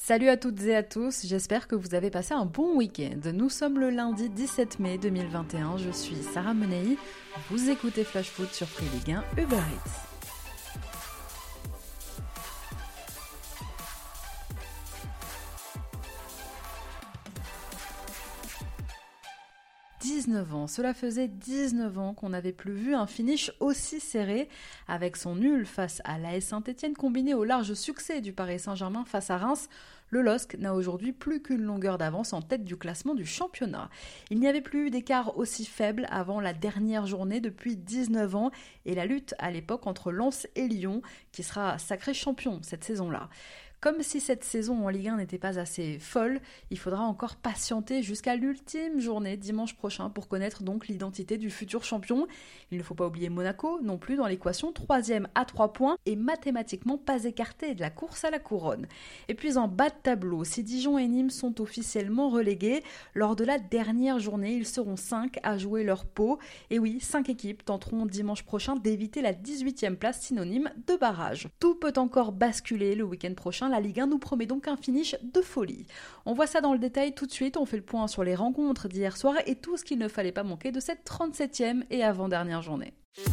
Salut à toutes et à tous, j'espère que vous avez passé un bon week-end. Nous sommes le lundi 17 mai 2021, je suis Sarah Menei, vous écoutez Flash Foot sur Free Ligue 1 Uber Eats. Cela faisait 19 ans qu'on n'avait plus vu un finish aussi serré. Avec son nul face à l'AS Saint-Etienne combiné au large succès du Paris Saint-Germain face à Reims, le LOSC n'a aujourd'hui plus qu'une longueur d'avance en tête du classement du championnat. Il n'y avait plus eu d'écart aussi faible avant la dernière journée depuis 19 ans et la lutte à l'époque entre Lens et Lyon qui sera sacré champion cette saison-là. Comme si cette saison en Ligue 1 n'était pas assez folle, il faudra encore patienter jusqu'à l'ultime journée dimanche prochain pour connaître donc l'identité du futur champion. Il ne faut pas oublier Monaco non plus dans l'équation, 3e à 3 points et mathématiquement pas écarté de la course à la couronne. Et puis en bas de tableau, si Dijon et Nîmes sont officiellement relégués, lors de la dernière journée, ils seront 5 à jouer leur pot. Et oui, 5 équipes tenteront dimanche prochain d'éviter la 18e place synonyme de barrage. Tout peut encore basculer le week-end prochain. La Ligue 1 nous promet donc un finish de folie. On voit ça dans le détail tout de suite, on fait le point sur les rencontres d'hier soir et tout ce qu'il ne fallait pas manquer de cette 37e et avant-dernière journée.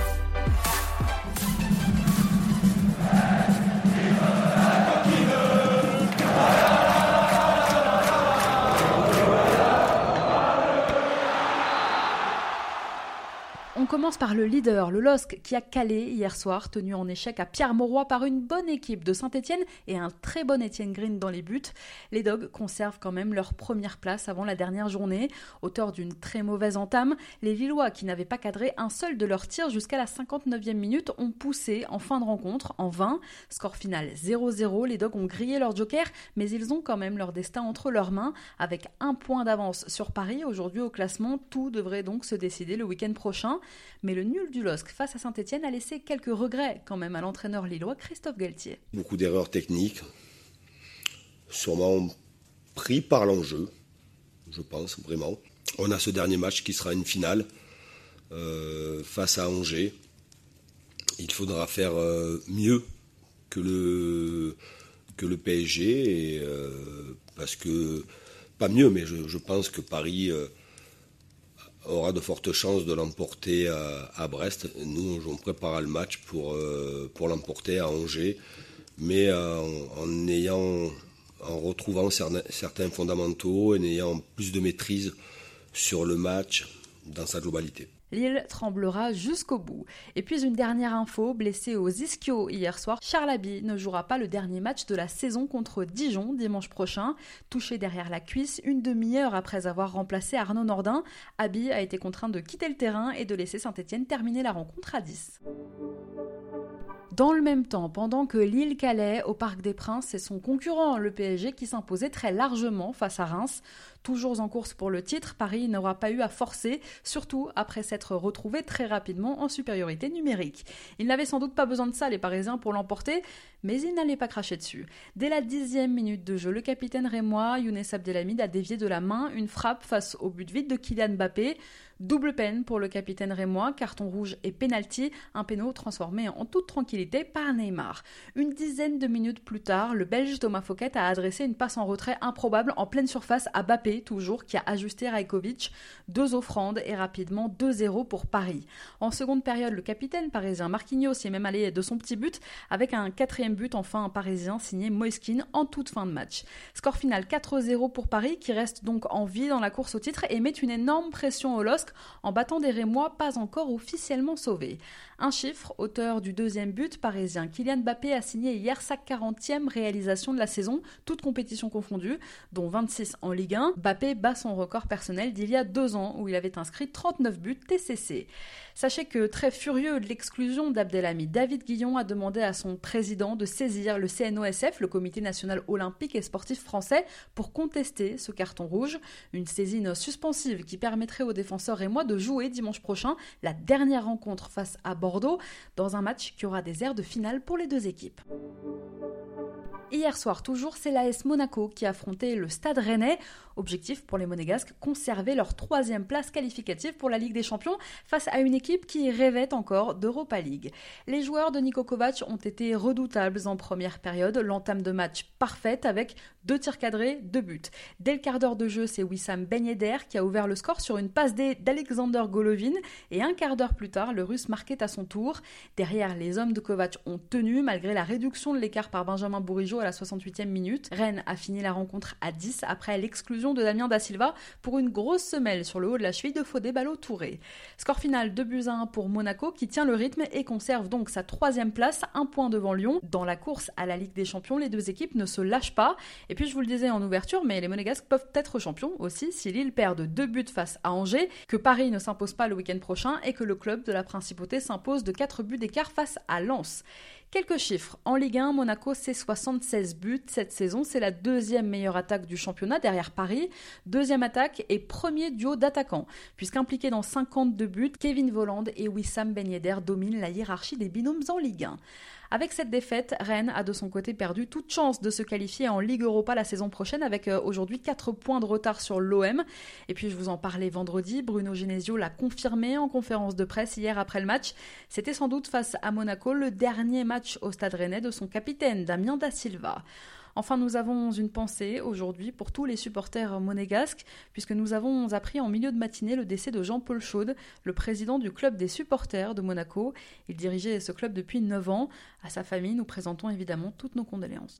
On commence par le leader, le LOSC, qui a calé hier soir, tenu en échec à Pierre-Mauroy par une bonne équipe de Saint-Etienne et un très bon Étienne Green dans les buts. Les Dogs conservent quand même leur première place avant la dernière journée. Auteur d'une très mauvaise entame, les Lillois, qui n'avaient pas cadré un seul de leurs tirs jusqu'à la 59e minute, ont poussé en fin de rencontre, en vain. Score final 0-0, les Dogs ont grillé leur joker, mais ils ont quand même leur destin entre leurs mains. Avec un point d'avance sur Paris, aujourd'hui au classement, tout devrait donc se décider le week-end prochain. Mais le nul du LOSC face à Saint-Etienne a laissé quelques regrets quand même à l'entraîneur lillois Christophe Galtier. Beaucoup d'erreurs techniques, sûrement pris par l'enjeu, je pense vraiment. On a ce dernier match qui sera une finale face à Angers. Il faudra faire mieux que le PSG, parce que, pas mieux, mais je pense que Paris aura de fortes chances de l'emporter à Brest. Nous, on préparera le match pour l'emporter à Angers, mais en retrouvant certains fondamentaux et en ayant plus de maîtrise sur le match dans sa globalité. Lille tremblera jusqu'au bout. Et puis une dernière info, blessé aux ischios hier soir, Charles Haby ne jouera pas le dernier match de la saison contre Dijon dimanche prochain. Touché derrière la cuisse, une demi-heure après avoir remplacé Arnaud Nordin, Haby a été contraint de quitter le terrain et de laisser Saint-Etienne terminer la rencontre à 10. Dans le même temps, pendant que Lille calait au Parc des Princes, c'est son concurrent, le PSG, qui s'imposait très largement face à Reims. Toujours en course pour le titre, Paris n'aura pas eu à forcer, surtout après s'être retrouvé très rapidement en supériorité numérique. Ils n'avaient sans doute pas besoin de ça, les Parisiens, pour l'emporter, mais ils n'allaient pas cracher dessus. Dès la 10e minute de jeu, le capitaine rémois, Younes Abdelhamid, a dévié de la main une frappe face au but vide de Kylian Mbappé. Double peine pour le capitaine rémois, carton rouge et pénalty, un péno transformé en toute tranquillité par Neymar. Une dizaine de minutes plus tard, le Belge Thomas Fouquet a adressé une passe en retrait improbable en pleine surface à Mbappé, toujours, qui a ajusté Rajkovic. 2 offrandes et rapidement 2-0 pour Paris. En seconde période, le capitaine parisien Marquinhos y est même allé de son petit but, avec un 4e but enfin parisien signé Moiskin en toute fin de match. Score final 4-0 pour Paris, qui reste donc en vie dans la course au titre et met une énorme pression au LOSC en battant des Rémois pas encore officiellement sauvés. Un chiffre, auteur du 2e but parisien. Kylian Mbappé a signé hier sa 40e réalisation de la saison, toutes compétitions confondues, dont 26 en Ligue 1. Mbappé bat son record personnel d'il y a 2 ans où il avait inscrit 39 buts TCC. Sachez que, très furieux de l'exclusion d'Abdelhamid, David Guillon a demandé à son président de saisir le CNOSF, le Comité national olympique et sportif français, pour contester ce carton rouge. Une saisine suspensive qui permettrait aux défenseurs rémois de jouer dimanche prochain la dernière rencontre face à Bordeaux, dans un match qui aura des airs de finale pour les deux équipes. Hier soir toujours, c'est l'AS Monaco qui affrontait le Stade Rennais. Objectif pour les Monégasques, conserver leur 3e place qualificative pour la Ligue des Champions face à une équipe qui rêvait encore d'Europa League. Les joueurs de Niko Kovac ont été redoutables en première période, l'entame de match parfaite avec 2 tirs cadrés, 2 buts. Dès le quart d'heure de jeu, c'est Wissam Ben Yedder qui a ouvert le score sur une passe d'Alexander Golovin et un quart d'heure plus tard, le Russe marquait à son tour. Derrière, les hommes de Kovac ont tenu malgré la réduction de l'écart par Benjamin Bourigeaud à la 68e minute. Rennes a fini la rencontre à 10 après l'exclusion de Damien Da Silva pour une grosse semelle sur le haut de la cheville de Fodé Ballo-Touré. Score final 2-1 pour Monaco qui tient le rythme et conserve donc sa 3e place, 1 point devant Lyon. Dans la course à la Ligue des Champions, les 2 équipes ne se lâchent pas. Et puis je vous le disais en ouverture, mais les Monégasques peuvent être champions aussi si Lille perd de 2 buts face à Angers, que Paris ne s'impose pas le week-end prochain et que le club de la Principauté s'impose de 4 buts d'écart face à Lens. Quelques chiffres. En Ligue 1, Monaco, c'est 76 buts. Cette saison, c'est la 2e meilleure attaque du championnat derrière Paris. 2e attaque et 1er duo d'attaquants. Puisqu'impliqués dans 52 buts, Kevin Volland et Wissam Ben Yedder dominent la hiérarchie des binômes en Ligue 1. Avec cette défaite, Rennes a de son côté perdu toute chance de se qualifier en Ligue Europa la saison prochaine avec aujourd'hui 4 points de retard sur l'OM. Et puis je vous en parlais vendredi, Bruno Genesio l'a confirmé en conférence de presse hier après le match. C'était sans doute face à Monaco le dernier match au Stade Rennais de son capitaine Damien Da Silva. Enfin, nous avons une pensée aujourd'hui pour tous les supporters monégasques, puisque nous avons appris en milieu de matinée le décès de Jean-Paul Chaude, le président du club des supporters de Monaco. Il dirigeait ce club depuis 9 ans. À sa famille, nous présentons évidemment toutes nos condoléances.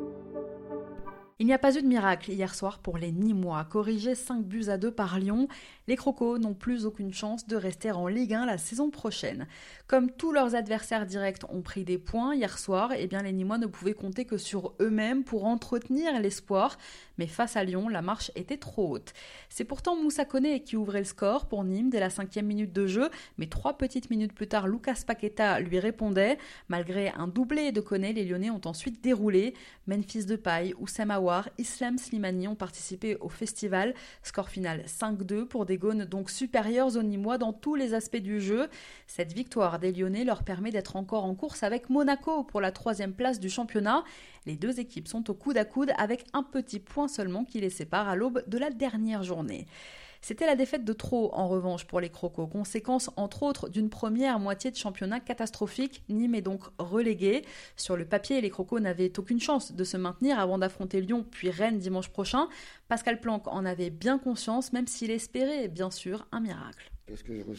Il n'y a pas eu de miracle hier soir pour les Nîmois. Corrigés 5-2 par Lyon, les Crocos n'ont plus aucune chance de rester en Ligue 1 la saison prochaine. Comme tous leurs adversaires directs ont pris des points hier soir, les Nîmois ne pouvaient compter que sur eux-mêmes pour entretenir l'espoir. Mais face à Lyon, la marche était trop haute. C'est pourtant Moussa Koné qui ouvrait le score pour Nîmes dès la 5e minute de jeu, mais 3 petites minutes plus tard, Lucas Paqueta lui répondait. Malgré un doublé de Koné, les Lyonnais ont ensuite déroulé. Memphis Depay, Oussem Aouar, Islam Slimani ont participé au festival. Score final 5-2 pour des Gaunes donc supérieurs aux Nîmois dans tous les aspects du jeu. Cette victoire des Lyonnais leur permet d'être encore en course avec Monaco pour la 3e place du championnat. Les 2 équipes sont au coude à coude avec un petit point seulement qui les sépare à l'aube de la dernière journée. C'était la défaite de trop, en revanche, pour les Crocos. Conséquence, entre autres, d'une première moitié de championnat catastrophique. Nîmes est donc relégué. Sur le papier, les Crocos n'avaient aucune chance de se maintenir avant d'affronter Lyon puis Rennes dimanche prochain. Pascal Planck en avait bien conscience, même s'il espérait, bien sûr, un miracle. Qu'est-ce que je ressens ?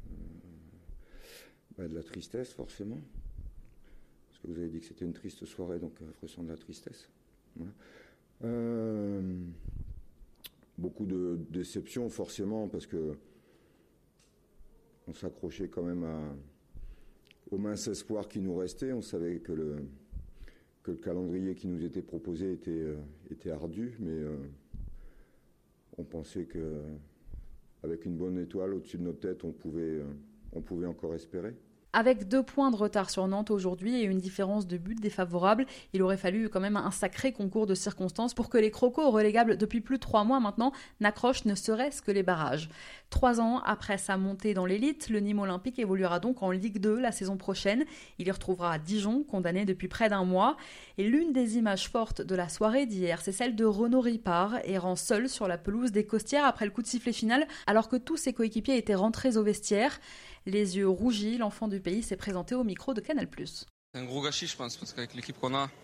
De la tristesse, forcément. Parce que vous avez dit que c'était une triste soirée, donc je ressens de la tristesse. Voilà. Beaucoup de déception, forcément, parce que on s'accrochait quand même au mince espoir qui nous restait. On savait que le calendrier qui nous était proposé était ardu, mais on pensait qu'avec une bonne étoile au-dessus de notre tête, on pouvait encore espérer. Avec 2 points de retard sur Nantes aujourd'hui et une différence de but défavorable, il aurait fallu quand même un sacré concours de circonstances pour que les Crocos, relégables depuis plus de 3 mois maintenant, n'accrochent ne serait-ce que les barrages. 3 ans après sa montée dans l'élite, le Nîmes Olympique évoluera donc en Ligue 2 la saison prochaine. Il y retrouvera Dijon, condamné depuis près d'1 mois. Et l'une des images fortes de la soirée d'hier, c'est celle de Renaud Ripard, errant seul sur la pelouse des Costières après le coup de sifflet final, alors que tous ses coéquipiers étaient rentrés au vestiaire. Les yeux rougis, l'enfant du pays s'est présenté au micro de Canal+. C'est un gros gâchis, je pense, parce qu'avec l'équipe qu'on a,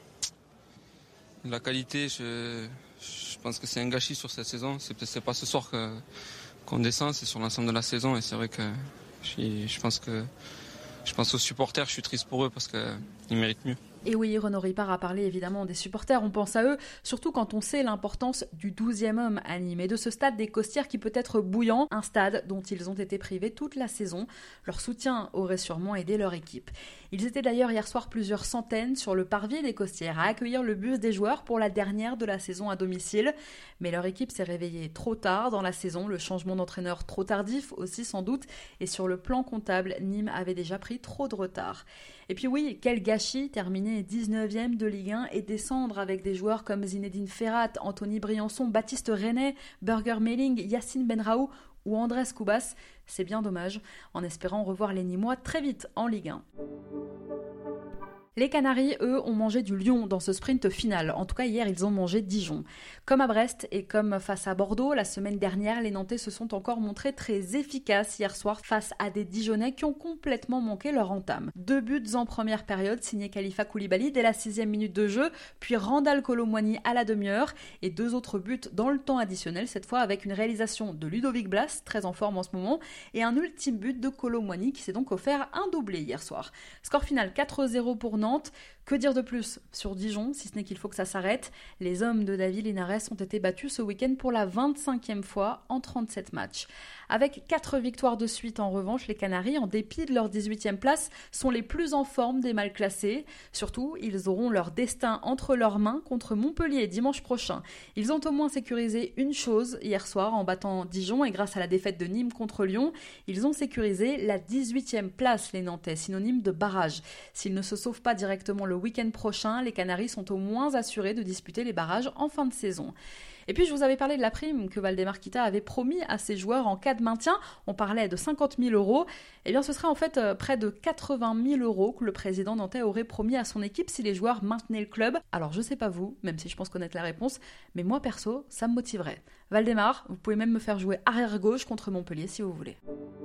la qualité, je pense que c'est un gâchis sur cette saison. C'est pas ce soir qu'on descend, c'est sur l'ensemble de la saison. Et c'est vrai que je pense aux supporters, je suis triste pour eux parce qu'ils méritent mieux. Et oui, Renaud Ripard a parlé évidemment des supporters, on pense à eux, surtout quand on sait l'importance du 12e homme à Nîmes et de ce stade des Costières qui peut être bouillant, un stade dont ils ont été privés toute la saison. Leur soutien aurait sûrement aidé leur équipe. Ils étaient d'ailleurs hier soir plusieurs centaines sur le parvis des Costières à accueillir le bus des joueurs pour la dernière de la saison à domicile. Mais leur équipe s'est réveillée trop tard dans la saison, le changement d'entraîneur trop tardif aussi sans doute, et sur le plan comptable, Nîmes avait déjà pris trop de retard. Et puis oui, quel gâchis terminer 19e de Ligue 1 et descendre avec des joueurs comme Zinedine Ferrat, Anthony Briançon, Baptiste René, Burger Melling, Yacine Benraou ou Andrés Cubas. C'est bien dommage, en espérant revoir les Nîmois très vite en Ligue 1. Les Canaries, eux, ont mangé du lion dans ce sprint final. En tout cas, hier, ils ont mangé Dijon. Comme à Brest et comme face à Bordeaux, la semaine dernière, les Nantais se sont encore montrés très efficaces hier soir face à des Dijonnais qui ont complètement manqué leur entame. 2 buts en première période, signés Khalifa Koulibaly dès la 6e minute de jeu, puis Randal Kolo Muani à la demi-heure, et 2 autres buts dans le temps additionnel, cette fois avec une réalisation de Ludovic Blas, très en forme en ce moment, et un ultime but de Kolo Muani qui s'est donc offert un doublé hier soir. Score final 4-0 pour Nantes. Que dire de plus sur Dijon, si ce n'est qu'il faut que ça s'arrête. Les hommes de David Linares ont été battus ce week-end pour la 25e fois en 37 matchs. Avec 4 victoires de suite en revanche, les Canaries, en dépit de leur 18e place, sont les plus en forme des mal classés. Surtout, ils auront leur destin entre leurs mains contre Montpellier dimanche prochain. Ils ont au moins sécurisé une chose hier soir en battant Dijon et grâce à la défaite de Nîmes contre Lyon, ils ont sécurisé la 18e place, les Nantais, synonyme de barrage. S'ils ne se sauvent pas directement le week-end prochain, les Canaries sont au moins assurés de disputer les barrages en fin de saison. Et puis je vous avais parlé de la prime que Valdemar Kita avait promis à ses joueurs en cas de maintien. On parlait de 50 000 €. Eh bien ce serait en fait près de 80 000 € que le président nantais aurait promis à son équipe si les joueurs maintenaient le club. Alors je sais pas vous, même si je pense connaître la réponse, mais moi perso, ça me motiverait. Valdemar, vous pouvez même me faire jouer arrière gauche contre Montpellier si vous voulez.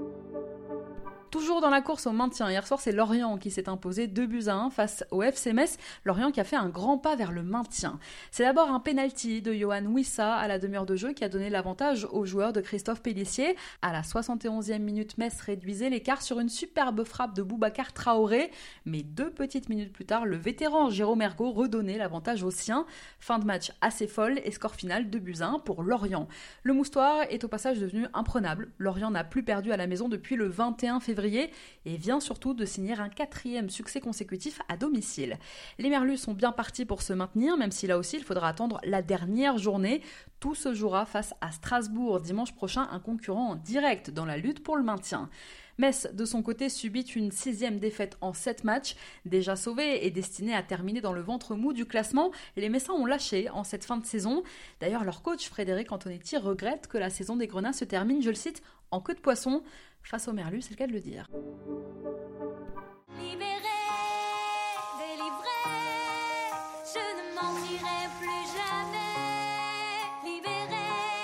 Toujours dans la course au maintien, hier soir c'est Lorient qui s'est imposé 2-1 face au FC Metz. Lorient qui a fait un grand pas vers le maintien. C'est d'abord un penalty de Yohan Wissa à la demi-heure de jeu qui a donné l'avantage aux joueurs de Christophe Pélissier. À la 71e minute, Metz réduisait l'écart sur une superbe frappe de Boubacar Traoré. Mais 2 petites minutes plus tard, le vétéran Jérôme Ergaud redonnait l'avantage aux siens. Fin de match assez folle et score final 2-1 pour Lorient. Le Moustoir est au passage devenu imprenable. Lorient n'a plus perdu à la maison depuis le 21 février. Et vient surtout de signer un 4e succès consécutif à domicile. Les Merlus sont bien partis pour se maintenir, même si là aussi il faudra attendre la dernière journée. Tout se jouera face à Strasbourg dimanche prochain, un concurrent en direct dans la lutte pour le maintien. Metz, de son côté, subit une 6e défaite en 7 matchs. Déjà sauvés et destinés à terminer dans le ventre mou du classement, les Messins ont lâché en cette fin de saison. D'ailleurs, leur coach, Frédéric Antonetti, regrette que la saison des Grenats se termine, je le cite, en queue de poisson. Face aux Merlus, c'est le cas de le dire. Libéré, délivré, je ne mentirai plus jamais. Libéré,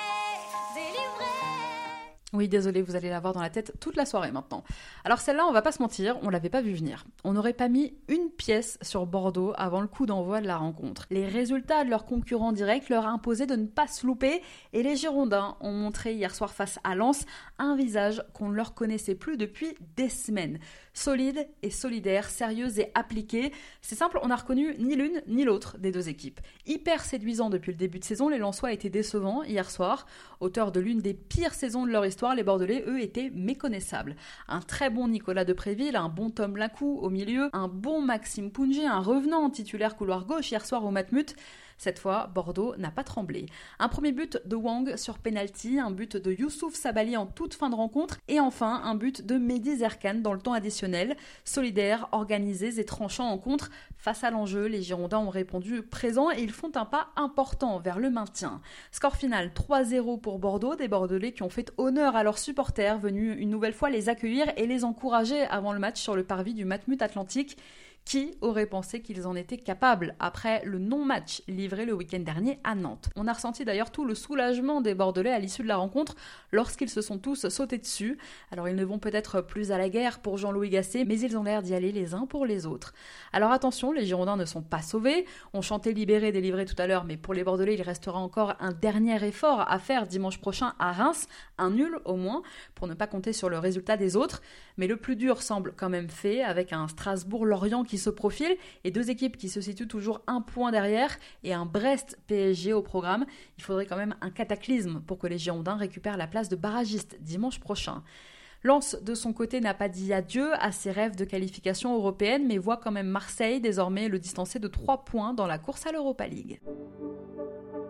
délivré. Oui, désolé, vous allez l'avoir dans la tête toute la soirée maintenant. Alors celle-là, on va pas se mentir, on l'avait pas vu venir. On n'aurait pas mis une pièce sur Bordeaux avant le coup d'envoi de la rencontre. Les résultats de leurs concurrents directs leur imposaient de ne pas se louper et les Girondins ont montré hier soir face à Lens un visage qu'on ne leur connaissait plus depuis des semaines. Solide et solidaire, sérieuse et appliquée. C'est simple, on n'a reconnu ni l'une ni l'autre des deux équipes. Hyper séduisant depuis le début de saison, les Lensois étaient décevants hier soir. Auteurs de l'une des pires saisons de leur histoire, les Bordelais, eux, étaient méconnaissables. Un très bon Nicolas Depréville, un bon Tom Lacou au milieu, un bon Maxime Pounget, un revenant titulaire couloir gauche hier soir au Matmut. Cette fois, Bordeaux n'a pas tremblé. Un premier but de Wang sur penalty, un but de Youssouf Sabali en toute fin de rencontre et enfin un but de Mehdi Zerkan dans le temps additionnel. Solidaires, organisés et tranchants en contre, face à l'enjeu, les Girondins ont répondu présent et ils font un pas important vers le maintien. Score final 3-0 pour Bordeaux, des Bordelais qui ont fait honneur à leurs supporters venus une nouvelle fois les accueillir et les encourager avant le match sur le parvis du Matmut Atlantique. Qui aurait pensé qu'ils en étaient capables après le non-match livré le week-end dernier à Nantes? On a ressenti d'ailleurs tout le soulagement des Bordelais à l'issue de la rencontre lorsqu'ils se sont tous sautés dessus. Alors ils ne vont peut-être plus à la guerre pour Jean-Louis Gasset, mais ils ont l'air d'y aller les uns pour les autres. Alors attention, les Girondins ne sont pas sauvés. On chantait libéré, délivré tout à l'heure, mais pour les Bordelais, il restera encore un dernier effort à faire dimanche prochain à Reims, un nul au moins, pour ne pas compter sur le résultat des autres. Mais le plus dur semble quand même fait, avec un Strasbourg-Lorient qui se profile et deux équipes qui se situent toujours un point derrière et un Brest-PSG au programme. Il faudrait quand même un cataclysme pour que les Girondins récupèrent la place de barragiste dimanche prochain. Lens, de son côté, n'a pas dit adieu à ses rêves de qualification européenne, mais voit quand même Marseille désormais le distancer de 3 points dans la course à l'Europa League.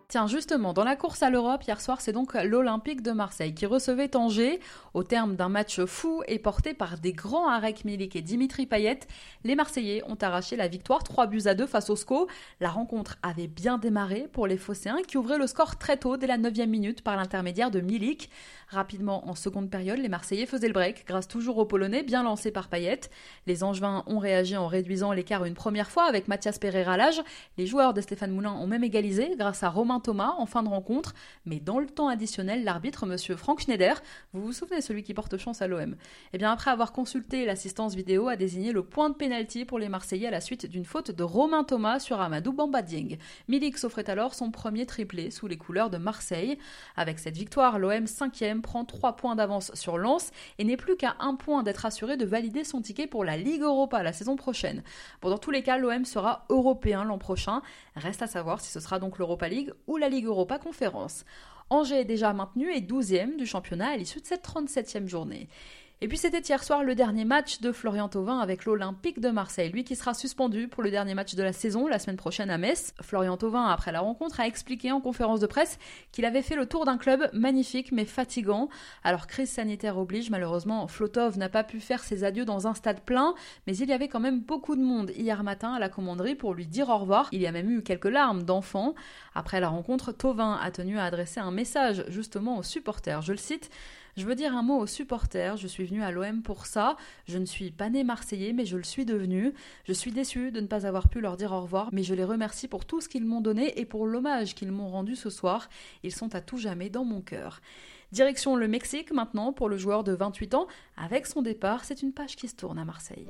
Tiens, justement, dans la course à l'Europe, hier soir, c'est donc l'Olympique de Marseille qui recevait Angers. Au terme d'un match fou et porté par des grands Arek Milik et Dimitri Payet, les Marseillais ont arraché la victoire 3-2 face au SCO. La rencontre avait bien démarré pour les Phocéens qui ouvraient le score très tôt dès la 9e minute par l'intermédiaire de Milik. Rapidement, en seconde période, les Marseillais faisaient le break grâce toujours aux Polonais bien lancés par Payet. Les Angevins ont réagi en réduisant l'écart une première fois avec Mathias Pereira à l'âge. Les joueurs de Stéphane Moulin ont même égalisé grâce à Romain Thomas en fin de rencontre, mais dans le temps additionnel, l'arbitre, monsieur Franck Schneider, vous vous souvenez, celui qui porte chance à l'OM, eh bien après avoir consulté l'assistance vidéo, a désigné le point de pénalty pour les Marseillais à la suite d'une faute de Romain Thomas sur Amadou Bamba Dieng. Milik s'offrait alors son premier triplé sous les couleurs de Marseille. Avec cette victoire, l'OM 5e prend 3 points d'avance sur Lens et n'est plus qu'à 1 point d'être assuré de valider son ticket pour la Ligue Europa la saison prochaine. Bon, dans tous les cas, l'OM sera européen l'an prochain. Reste à savoir si ce sera donc l'Europa League ou la Ligue Europa Conférence. Angers est déjà maintenu et 12e du championnat à l'issue de cette 37e journée. Et puis c'était hier soir le dernier match de Florian Thauvin avec l'Olympique de Marseille, lui qui sera suspendu pour le dernier match de la saison la semaine prochaine à Metz. Florian Thauvin, après la rencontre, a expliqué en conférence de presse qu'il avait fait le tour d'un club magnifique mais fatigant. Alors crise sanitaire oblige, malheureusement Flotov n'a pas pu faire ses adieux dans un stade plein, mais il y avait quand même beaucoup de monde hier matin à la commanderie pour lui dire au revoir. Il y a même eu quelques larmes d'enfants. Après la rencontre, Thauvin a tenu à adresser un message justement aux supporters. Je le cite: je veux dire un mot aux supporters, je suis venu à l'OM pour ça, je ne suis pas né marseillais mais je le suis devenu. Je suis déçu de ne pas avoir pu leur dire au revoir, mais je les remercie pour tout ce qu'ils m'ont donné et pour l'hommage qu'ils m'ont rendu ce soir. Ils sont à tout jamais dans mon cœur. Direction le Mexique maintenant pour le joueur de 28 ans. Avec son départ, c'est une page qui se tourne à Marseille.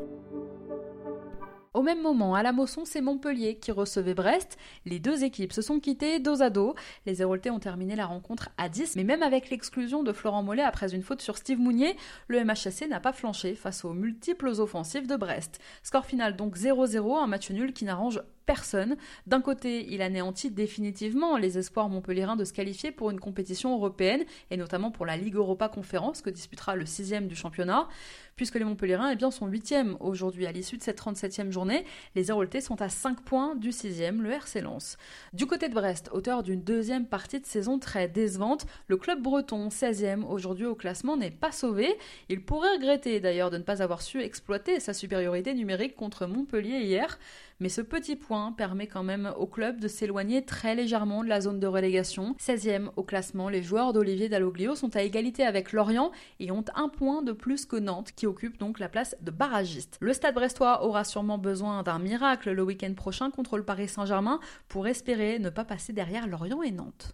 Au même moment, à la Mosson, c'est Montpellier qui recevait Brest. Les deux équipes se sont quittées dos à dos. Les Héroltais ont terminé la rencontre à 10, mais même avec l'exclusion de Florent Mollet après une faute sur Steve Mounier, le MHSC n'a pas flanché face aux multiples offensives de Brest. Score final donc 0-0, un match nul qui n'arrange personne. D'un côté, il anéantit définitivement les espoirs montpelliérains de se qualifier pour une compétition européenne, et notamment pour la Ligue Europa Conférence que disputera le 6e du championnat. Puisque les Montpelliérains sont 8e aujourd'hui à l'issue de cette 37e journée, les Héroltais sont à 5 points du 6e, le RC Lens. Du côté de Brest, auteur d'une deuxième partie de saison très décevante, le club breton, 16e aujourd'hui au classement, n'est pas sauvé. Il pourrait regretter d'ailleurs de ne pas avoir su exploiter sa supériorité numérique contre Montpellier hier, mais ce petit point permet quand même au club de s'éloigner très légèrement de la zone de relégation. 16e au classement, les joueurs d'Olivier Dalloglio sont à égalité avec Lorient et ont 1 point de plus que Nantes, qui occupe donc la place de barragiste. Le Stade brestois aura sûrement besoin d'un miracle le week-end prochain contre le Paris Saint-Germain pour espérer ne pas passer derrière Lorient et Nantes.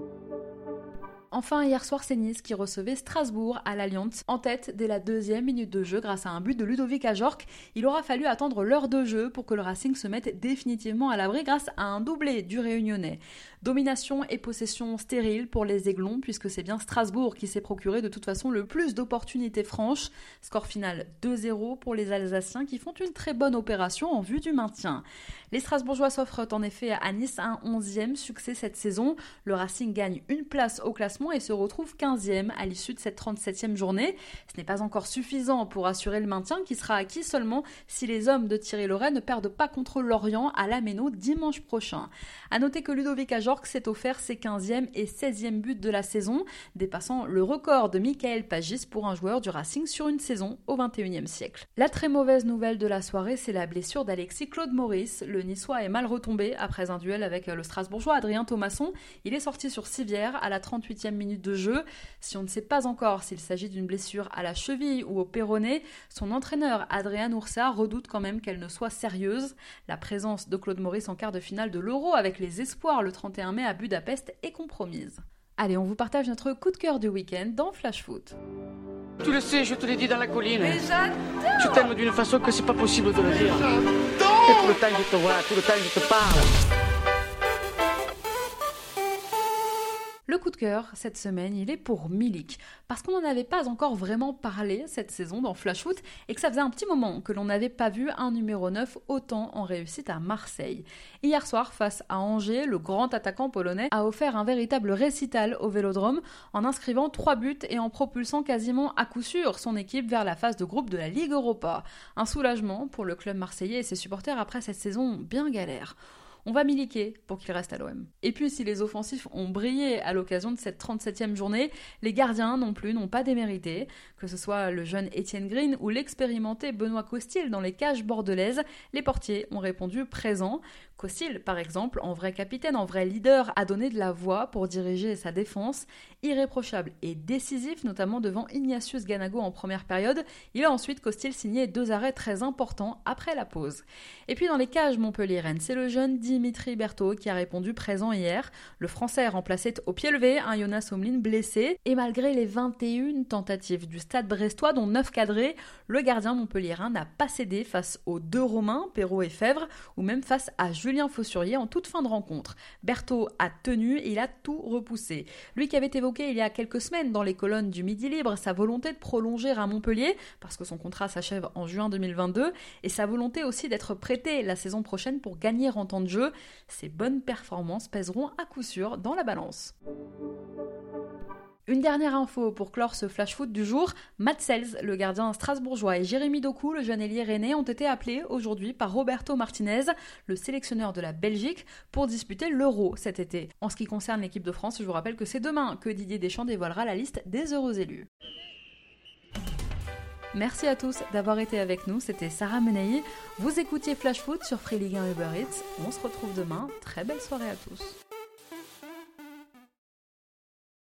Enfin, hier soir, c'est Nice qui recevait Strasbourg à l'Allianz, en tête dès la 2e minute de jeu grâce à un but de Ludovic Ajorc. Il aura fallu attendre l'heure de jeu pour que le Racing se mette définitivement à l'abri grâce à un doublé du Réunionnais. Domination et possession stérile pour les Aiglons, puisque c'est bien Strasbourg qui s'est procuré de toute façon le plus d'opportunités franches. Score final 2-0 pour les Alsaciens qui font une très bonne opération en vue du maintien. Les Strasbourgeois s'offrent en effet à Nice un 11e succès cette saison. Le Racing gagne une place au classement et se retrouve 15e à l'issue de cette 37e journée. Ce n'est pas encore suffisant pour assurer le maintien qui sera acquis seulement si les hommes de Thierry Loret ne perdent pas contre Lorient à la Méno dimanche prochain. A noter que Ludovic Ajorc s'est offert ses 15e et 16e buts de la saison, dépassant le record de Michael Pagis pour un joueur du Racing sur une saison au XXIe siècle. La très mauvaise nouvelle de la soirée, c'est la blessure d'Alexis Claude Maurice. Le Niçois est mal retombé après un duel avec le Strasbourgeois Adrien Thomasson. Il est sorti sur civière à la 38e minute de jeu. Si on ne sait pas encore s'il s'agit d'une blessure à la cheville ou au péroné, son entraîneur Adrien Oursat redoute quand même qu'elle ne soit sérieuse. La présence de Claude Maurice en quart de finale de l'Euro avec les espoirs le 31 mai à Budapest est compromise. Allez, on vous partage notre coup de cœur du week-end dans Flash Foot. Tu le sais, je te l'ai dit dans la colline. Mais j'adore! Je t'aime d'une façon que c'est pas possible de le dire. Et tout le temps je te vois, tout le temps je te parle. Le coup de cœur, cette semaine, il est pour Milik, parce qu'on n'en avait pas encore vraiment parlé cette saison dans Flash Foot et que ça faisait un petit moment que l'on n'avait pas vu un numéro 9 autant en réussite à Marseille. Hier soir, face à Angers, le grand attaquant polonais a offert un véritable récital au Vélodrome en inscrivant 3 buts et en propulsant quasiment à coup sûr son équipe vers la phase de groupe de la Ligue Europa. Un soulagement pour le club marseillais et ses supporters après cette saison bien galère. On va miliquer pour qu'il reste à l'OM. Et puis si les offensifs ont brillé à l'occasion de cette 37e journée, les gardiens non plus n'ont pas démérité. Que ce soit le jeune Étienne Green ou l'expérimenté Benoît Costil dans les cages bordelaises, les portiers ont répondu présents. Costil, par exemple, en vrai capitaine, en vrai leader, a donné de la voix pour diriger sa défense. Irréprochable et décisif, notamment devant Ignatius Ganago en première période. Il a ensuite, Costil, signé 2 arrêts très importants après la pause. Et puis dans les cages montpelliéraines, c'est le jeune Dimitri Berthaud qui a répondu présent hier. Le Français remplaçait au pied levé un Jonas Omlin blessé. Et malgré les 21 tentatives du Stade brestois, dont 9 cadrés, le gardien montpelliérain n'a pas cédé face aux 2 Romains, Perrault et Fèvre, ou même face à Julien Faussurier en toute fin de rencontre. Berthaud a tenu et il a tout repoussé. Lui qui avait évoqué il y a quelques semaines dans les colonnes du Midi Libre sa volonté de prolonger à Montpellier, parce que son contrat s'achève en juin 2022, et sa volonté aussi d'être prêté la saison prochaine pour gagner en temps de jeu, ses bonnes performances pèseront à coup sûr dans la balance. Une dernière info pour clore ce flash foot du jour, Matt Sells, le gardien strasbourgeois, et Jérémy Doku, le jeune ailier rennais, ont été appelés aujourd'hui par Roberto Martinez, le sélectionneur de la Belgique, pour disputer l'Euro cet été. En ce qui concerne l'équipe de France, je vous rappelle que c'est demain que Didier Deschamps dévoilera la liste des heureux élus. Merci à tous d'avoir été avec nous, c'était Sarah Menei. Vous écoutiez Flash Foot sur Free Ligue 1 Uber Eats. On se retrouve demain. Très belle soirée à tous.